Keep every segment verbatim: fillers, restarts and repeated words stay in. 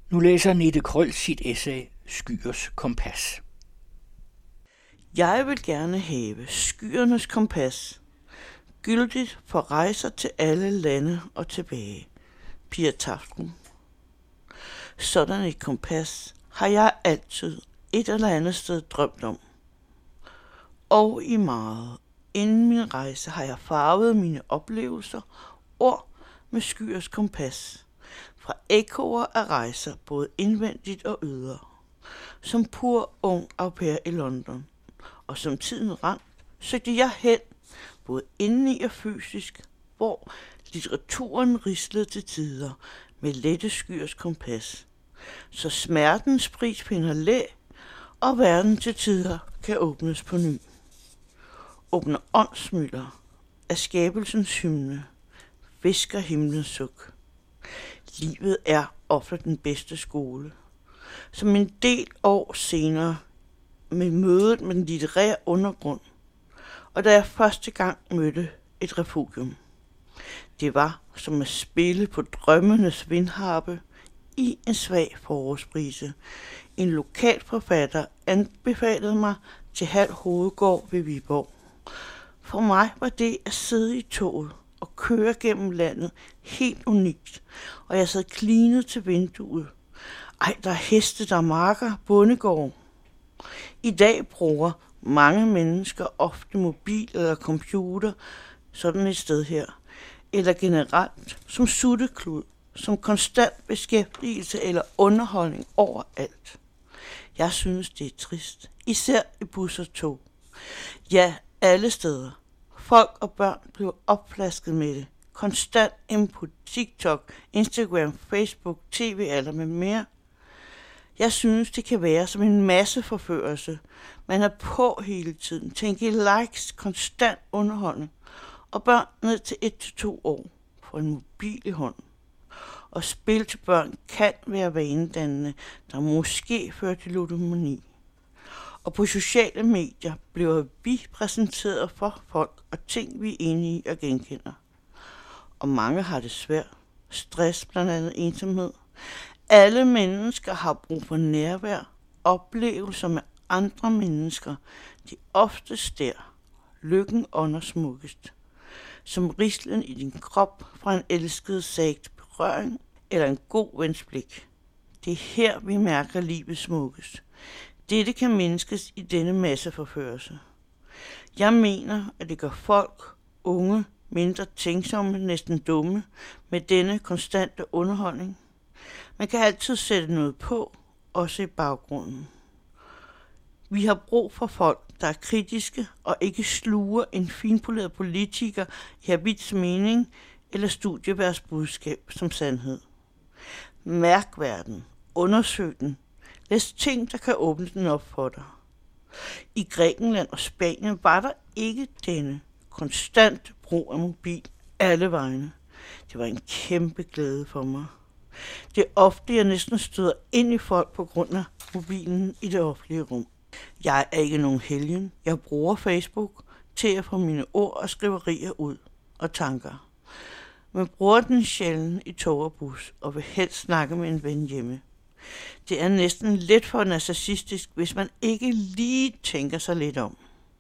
Nu læser Nette Krøll sit essay Skyers kompas. Jeg vil gerne have skyernes kompas, gyldigt for rejser til alle lande og tilbage. Pia Taften. Sådan et kompas har jeg altid et eller andet sted drømt om. Og i meget inden min rejse har jeg farvet mine oplevelser, ord med skyers kompas, fra ekkoer af rejser både indvendigt og ydre, som pur ung au pair i London, og som tiden randt, søgte jeg hen, både indeni og fysisk, hvor litteraturen rislede til tider med lette skyers kompas, så smertens pris finder læ, og verden til tider kan åbnes på ny. Åbner åndsmylder af skabelsens hymne, visker himlens suk. Livet er ofte den bedste skole. Som en del år senere med mødet med den litterære undergrund, og da jeg første gang mødte et refugium. Det var som at spille på drømmenes vindharpe i en svag forårsbrise. En lokal forfatter anbefalede mig til Halv Hovedgård ved Viborg. For mig var det at sidde i toget og køre gennem landet helt unikt, og jeg sad klinet til vinduet. Ej, der er heste, der marker bondegård. I dag bruger mange mennesker ofte mobil eller computer sådan et sted her, eller generelt som sutteklud, som konstant beskæftigelse eller underholdning overalt. Jeg synes, det er trist, især i bus og tog. Ja, alle steder. Folk og børn bliver opflasket med det. Konstant input, TikTok, Instagram, Facebook, tv eller med mere. Jeg synes, det kan være som en masse forførelse. Man er på hele tiden, tænker likes, konstant underholdning, og børn ned til et til to år får en mobil i hånden. Og spil til børn kan være vanedannende, der måske fører til ludomani. Og på sociale medier bliver vi præsenteret for folk og ting, vi er enige i og genkender. Og mange har det svært. Stress, blandt andet ensomhed. Alle mennesker har brug for nærvær, oplevelser med andre mennesker. De oftest der, lykken ånder smukkest. Som rislen i din krop fra en elsket sagt berøring eller en god vens blik. Det er her, vi mærker livet smukkest. Dette kan mindskes i denne masseforførelse. Jeg mener, at det gør folk, unge, mindre tænksomme, næsten dumme, med denne konstante underholdning. Man kan altid sætte noget på, også i baggrunden. Vi har brug for folk, der er kritiske og ikke sluger en finpoleret politiker i habits mening eller studieværsbudskab som sandhed. Mærk verden, undersøg den, læs ting, der kan åbne den op for dig. I Grækenland og Spanien var der ikke denne konstant brug af mobil alle vegne. Det var en kæmpe glæde for mig. Det er ofte, jeg næsten støder ind i folk på grund af mobilen i det offentlige rum. Jeg er ikke nogen helgen. Jeg bruger Facebook til at få mine ord og skriverier ud og tanker. Men bruger den sjældent i tog og bus og vil helst snakke med en ven hjemme. Det er næsten lidt for narcissistisk, hvis man ikke lige tænker sig lidt om.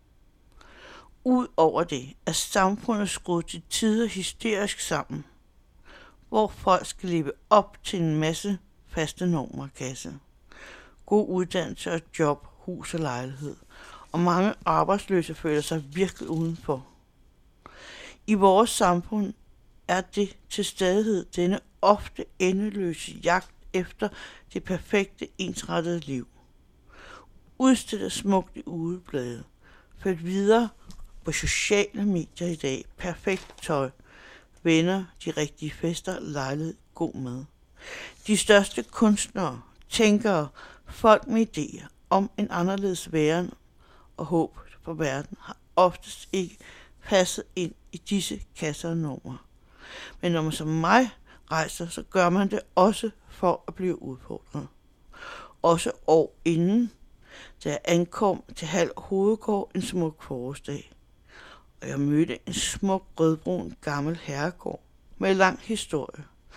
Udover det er samfundet skruet til tider hysterisk sammen, hvor folk skal leve op til en masse faste normer og kasse. God uddannelse og job, hus og lejlighed, og mange arbejdsløse føler sig virkelig udenfor. I vores samfund er det til stadighed denne ofte endeløse jagt efter det perfekte ensrettede liv. Udstillet smukt i ugeblade, ført videre på sociale medier i dag, perfekt tøj, venner, de rigtige fester, lejlighed, god mad. De største kunstnere, tænkere, folk med idéer om en anderledes væren og håb for verden har oftest ikke passet ind i disse kasser og normer. Men når man som mig rejser, så gør man det også for at blive udfordret. Også år inden, da jeg ankom til Halv Hovedgård en smuk forårsdag, og jeg mødte en smuk rødbrun gammel herregård med lang historie,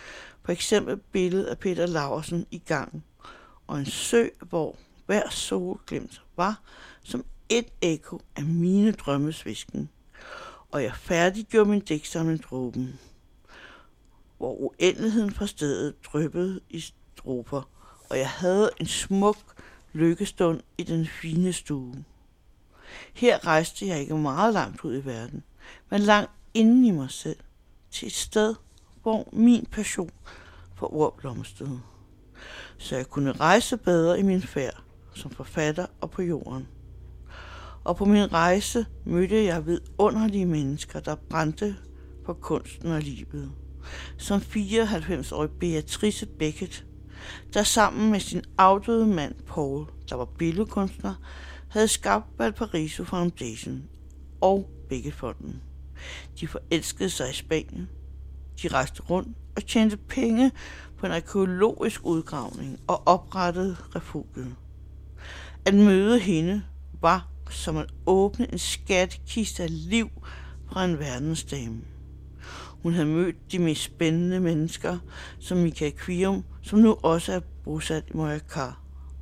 For eksempel billedet af Peter Laursen i gangen, og en sø, hvor hver solglimt var som et ekko af mine drømmes hvisken, og jeg færdiggjorde min digtsamling Dråben, hvor uendeligheden fra stedet dryppede i strofer, og jeg havde en smuk lykkestund i den fine stue. Her rejste jeg ikke meget langt ud i verden, men langt inden i mig selv, til et sted, hvor min passion for ord blomstrede, så jeg kunne rejse bedre i min færd som forfatter og på jorden. Og på min rejse mødte jeg vidunderlige mennesker, der brændte for kunsten og livet. Som fireoghalvfems-årig Beatrice Beckett, der sammen med sin afdøde mand Paul, der var billedkunstner, havde skabt Valparaiso Foundation og Beckett-fonden. De forelskede sig i Spanien. De rejste rundt og tjente penge på en arkæologisk udgravning og oprettede refugiet. At møde hende var som at åbne en skattekiste af liv fra en verdensdame. Hun havde mødt de mest spændende mennesker, som Michael Kvium, som nu også er bosat i Mallorca.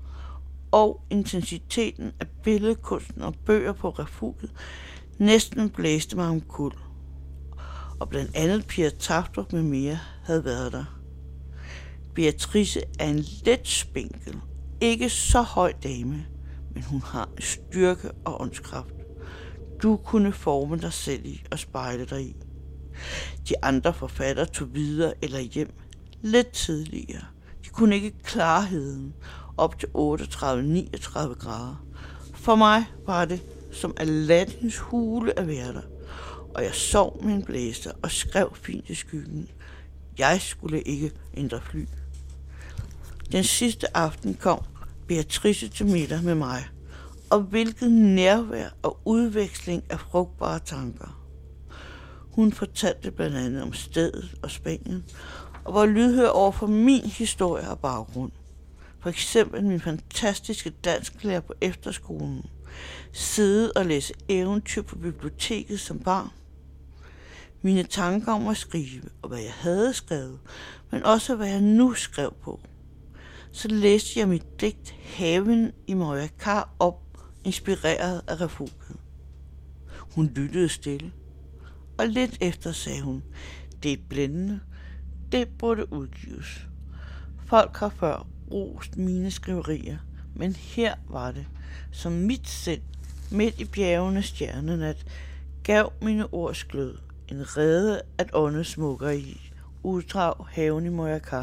Og intensiteten af billedkunsten og bøger på refugiet næsten blæste mig omkuld. Og blandt andet Pia Tafdrup med mere havde været der. Beatrice er en let spinkel, ikke så høj dame, men hun har en styrke og åndskraft. Du kunne forme dig selv i og spejle dig i. De andre forfattere tog videre eller hjem lidt tidligere. De kunne ikke klarheden op til otteogtredive til niogtredive grader. For mig var det som Aladdins hule at være der, og jeg sov med en blæser og skrev fint i skyggen. Jeg skulle ikke ændre fly. Den sidste aften kom Beatrice til middag med mig, og hvilket nærvær og udveksling af frugtbare tanker. Hun fortalte blandt andet om stedet og Spanien, og var lydhør over for min historie og baggrund. For eksempel min fantastiske dansklærer på efterskolen, sidde og læse eventyr på biblioteket som barn. Mine tanker om at skrive, og hvad jeg havde skrevet, men også hvad jeg nu skrev på. Så læste jeg mit digt Haven i Mallorca op, inspireret af refugiet. Hun lyttede stille, og lidt efter sagde hun, det er blændende, det burde udgives. Folk har før rost mine skriverier, men her var det, som mit sind midt i bjergene stjernenat, gav mine ords glød en rede at ånde smukker i, uddrag Haven i Mallorca.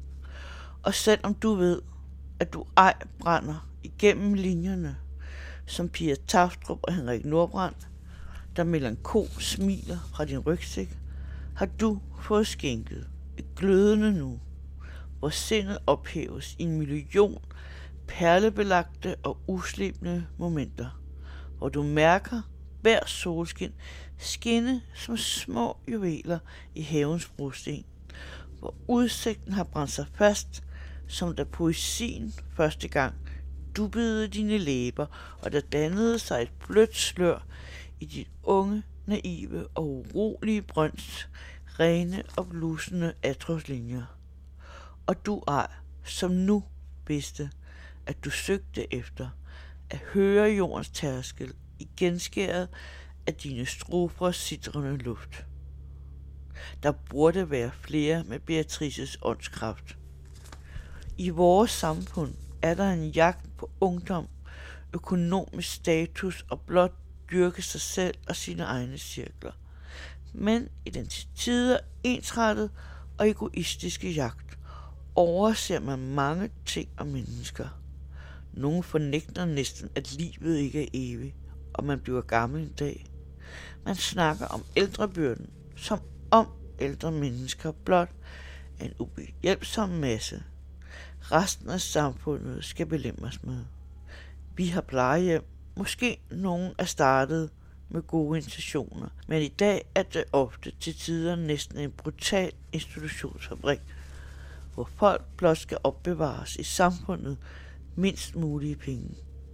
Og selvom du ved, at du ej brænder igennem linjerne, som Pia Tafdrup og Henrik Nordbrandt, der melankol smiler fra din rygsæk, har du fået skænket et glødende nu, hvor sindet ophæves i en million perlebelagte og uslebne momenter, hvor du mærker hver solskin skinne som små juveler i havens brosten, hvor udsigten har brændt sig fast, som da poesien første gang dubbede dine læber, og der dannede sig et blødt slør i dit unge, naive og urolige brønds rene og blusende atroslinjer. Og du ej, som nu vidste, at du søgte efter at høre jordens tærskel i genskæret af dine strofers sitrende luft. Der burde være flere med Beatrices åndskraft. I vores samfund er der en jagt på ungdom, økonomisk status og blot dyrke sig selv og sine egne cirkler. Men i den til tider ensrettet og egoistiske jagt overser man mange ting og mennesker. Nogle fornægter næsten, at livet ikke er evigt, og man bliver gammel en dag. Man snakker om ældrebyrden, som om ældre mennesker blot er en ubehjælpsom masse. Resten af samfundet skal belemres med. Vi har plejehjem. Måske nogen er startet med gode intentioner, men i dag er det ofte til tider næsten en brutal institutionsfabrik, hvor folk blot skal opbevares i samfundet mindst mulige penge.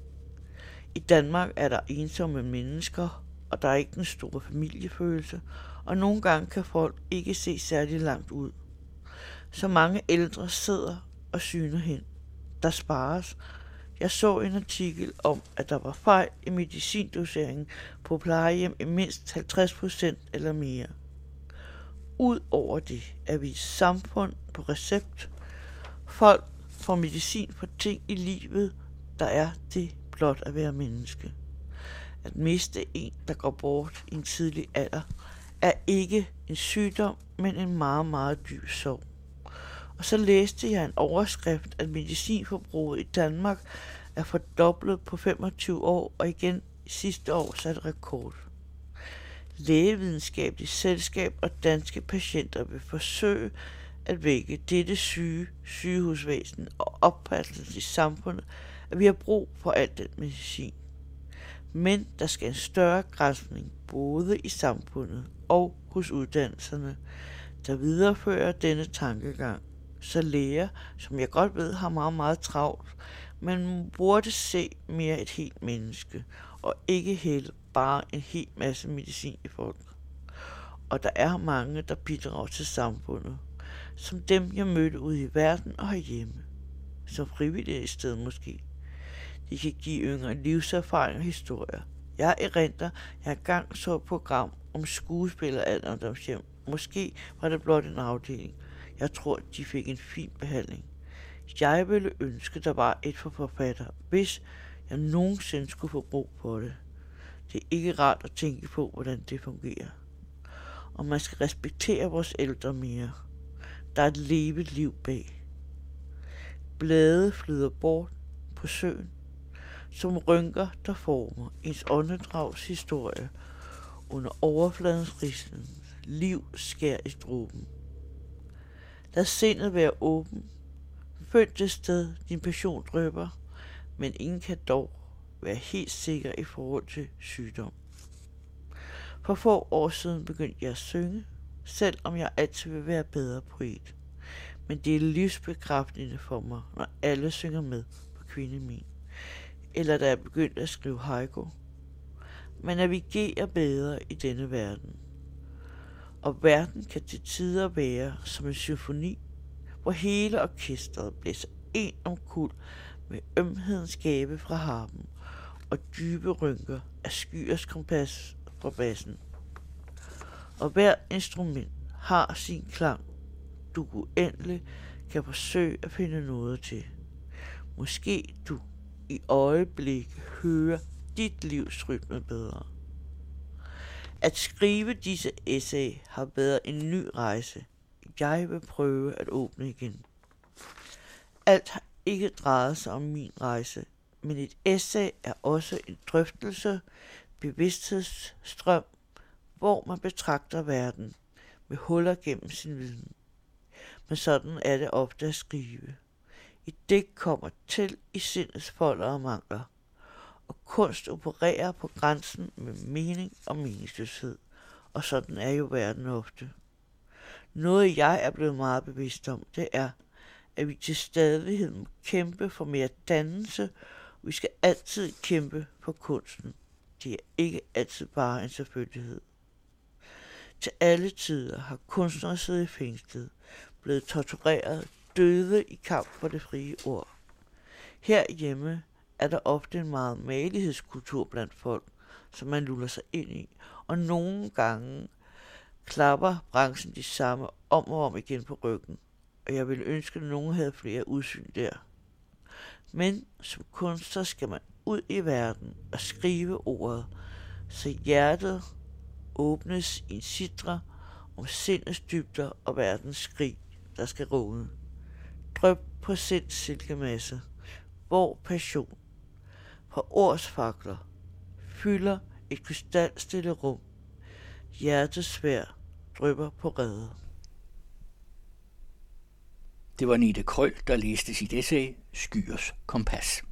I Danmark er der ensomme mennesker, og der er ikke den store familiefølelse, og nogle gange kan folk ikke se særlig langt ud. Så mange ældre sidder og syner hen. Der spares. Jeg så en artikel om, at der var fejl i medicindoseringen på plejehjem i mindst halvtreds procent eller mere. Udover det er vi et samfund på recept. Folk får medicin for ting i livet, der er det blot at være menneske. At miste en, der går bort i en tidlig alder, er ikke en sygdom, men en meget, meget dyb sorg. Og så læste jeg en overskrift, at medicinforbruget i Danmark er fordoblet på femogtyve år, og igen sidste år satte rekord. Lægevidenskabeligt Selskab og Danske Patienter vil forsøge at vække dette syge sygehusvæsen og opfattelsen i samfundet, at vi har brug for al den medicin. Men der skal en større granskning både i samfundet og hos uddannelserne, der viderefører denne tankegang, så læger, som jeg godt ved har meget, meget travlt, men burde se mere et helt menneske, og ikke hælde bare en hel masse medicin i folk. Og der er mange, der bidrager til samfundet, som dem jeg mødte ude i verden og herhjemme, som frivillige i stedet måske. De kan give yngre livserfaring og historier. Jeg erindrer, jeg engang så et program om skuespillere og alderdomshjem. Måske var det blot en afdeling. Jeg tror, de fik en fin behandling. Jeg ville ønske, der var et for forfatter, hvis jeg nogensinde skulle få brug for det. Det er ikke rart at tænke på, hvordan det fungerer. Og man skal respektere vores ældre mere. Der er et levet liv bag. Blade flyder bort på søen, som rynker, der former ens åndedrags historie under overfladens rislen. Liv skær i struben. Lad sindet være åben. Følg det sted, din passion drøber, men ingen kan dog være helt sikker i forhold til sygdom. For få år siden begyndte jeg at synge, selvom jeg altid vil være bedre poet. Men det er livsbekræftende for mig, når alle synger med på Kvinde Min. Eller da jeg begyndte at skrive haiku. Man navigerer bedre i denne verden. Og verden kan til tider være som en symfoni, hvor hele orkestret blæser en omkuld med ømhedens gabe fra harpen og dybe rynker af skyers kompas fra bassen. Og hver instrument har sin klang, du uendelig kan forsøge at finde noget til. Måske du i øjeblik hører dit livs rytme bedre. At skrive disse essay har været en ny rejse. Jeg vil prøve at åbne igen. Alt har ikke drejet sig om min rejse, men et essay er også en drøftelse, bevidsthedsstrøm, hvor man betragter verden med huller gennem sin viden. Men sådan er det ofte at skrive. Et digt kommer til i sindets folder og mangler, og kunst opererer på grænsen med mening og meningsløshed, og sådan er jo verden ofte. Noget jeg er blevet meget bevidst om, det er, at vi til stadighed må kæmpe for mere dannelse. Vi skal altid kæmpe for kunsten. Det er ikke altid bare en selvfølgelighed. Til alle tider har kunstnere siddet i fængslet, blevet tortureret, døde i kamp for det frie ord. Herhjemme er der ofte en meget malighedskultur blandt folk, som man luller sig ind i, og nogle gange klapper branchen de samme om og om igen på ryggen, og jeg ville ønske, at nogen havde flere udsyn der. Men som kunstner skal man ud i verden og skrive ordet, så hjertet åbnes i en sidre om sindets dybder og verdens skrig, der skal råde. Drøb på sinds silkemasse, hvor passion fra ords fakler fylder et krystalstille rum. Hjertets sværd drypper på rede. Det var Nete Krøll, der læste sit essay Skyers kompas.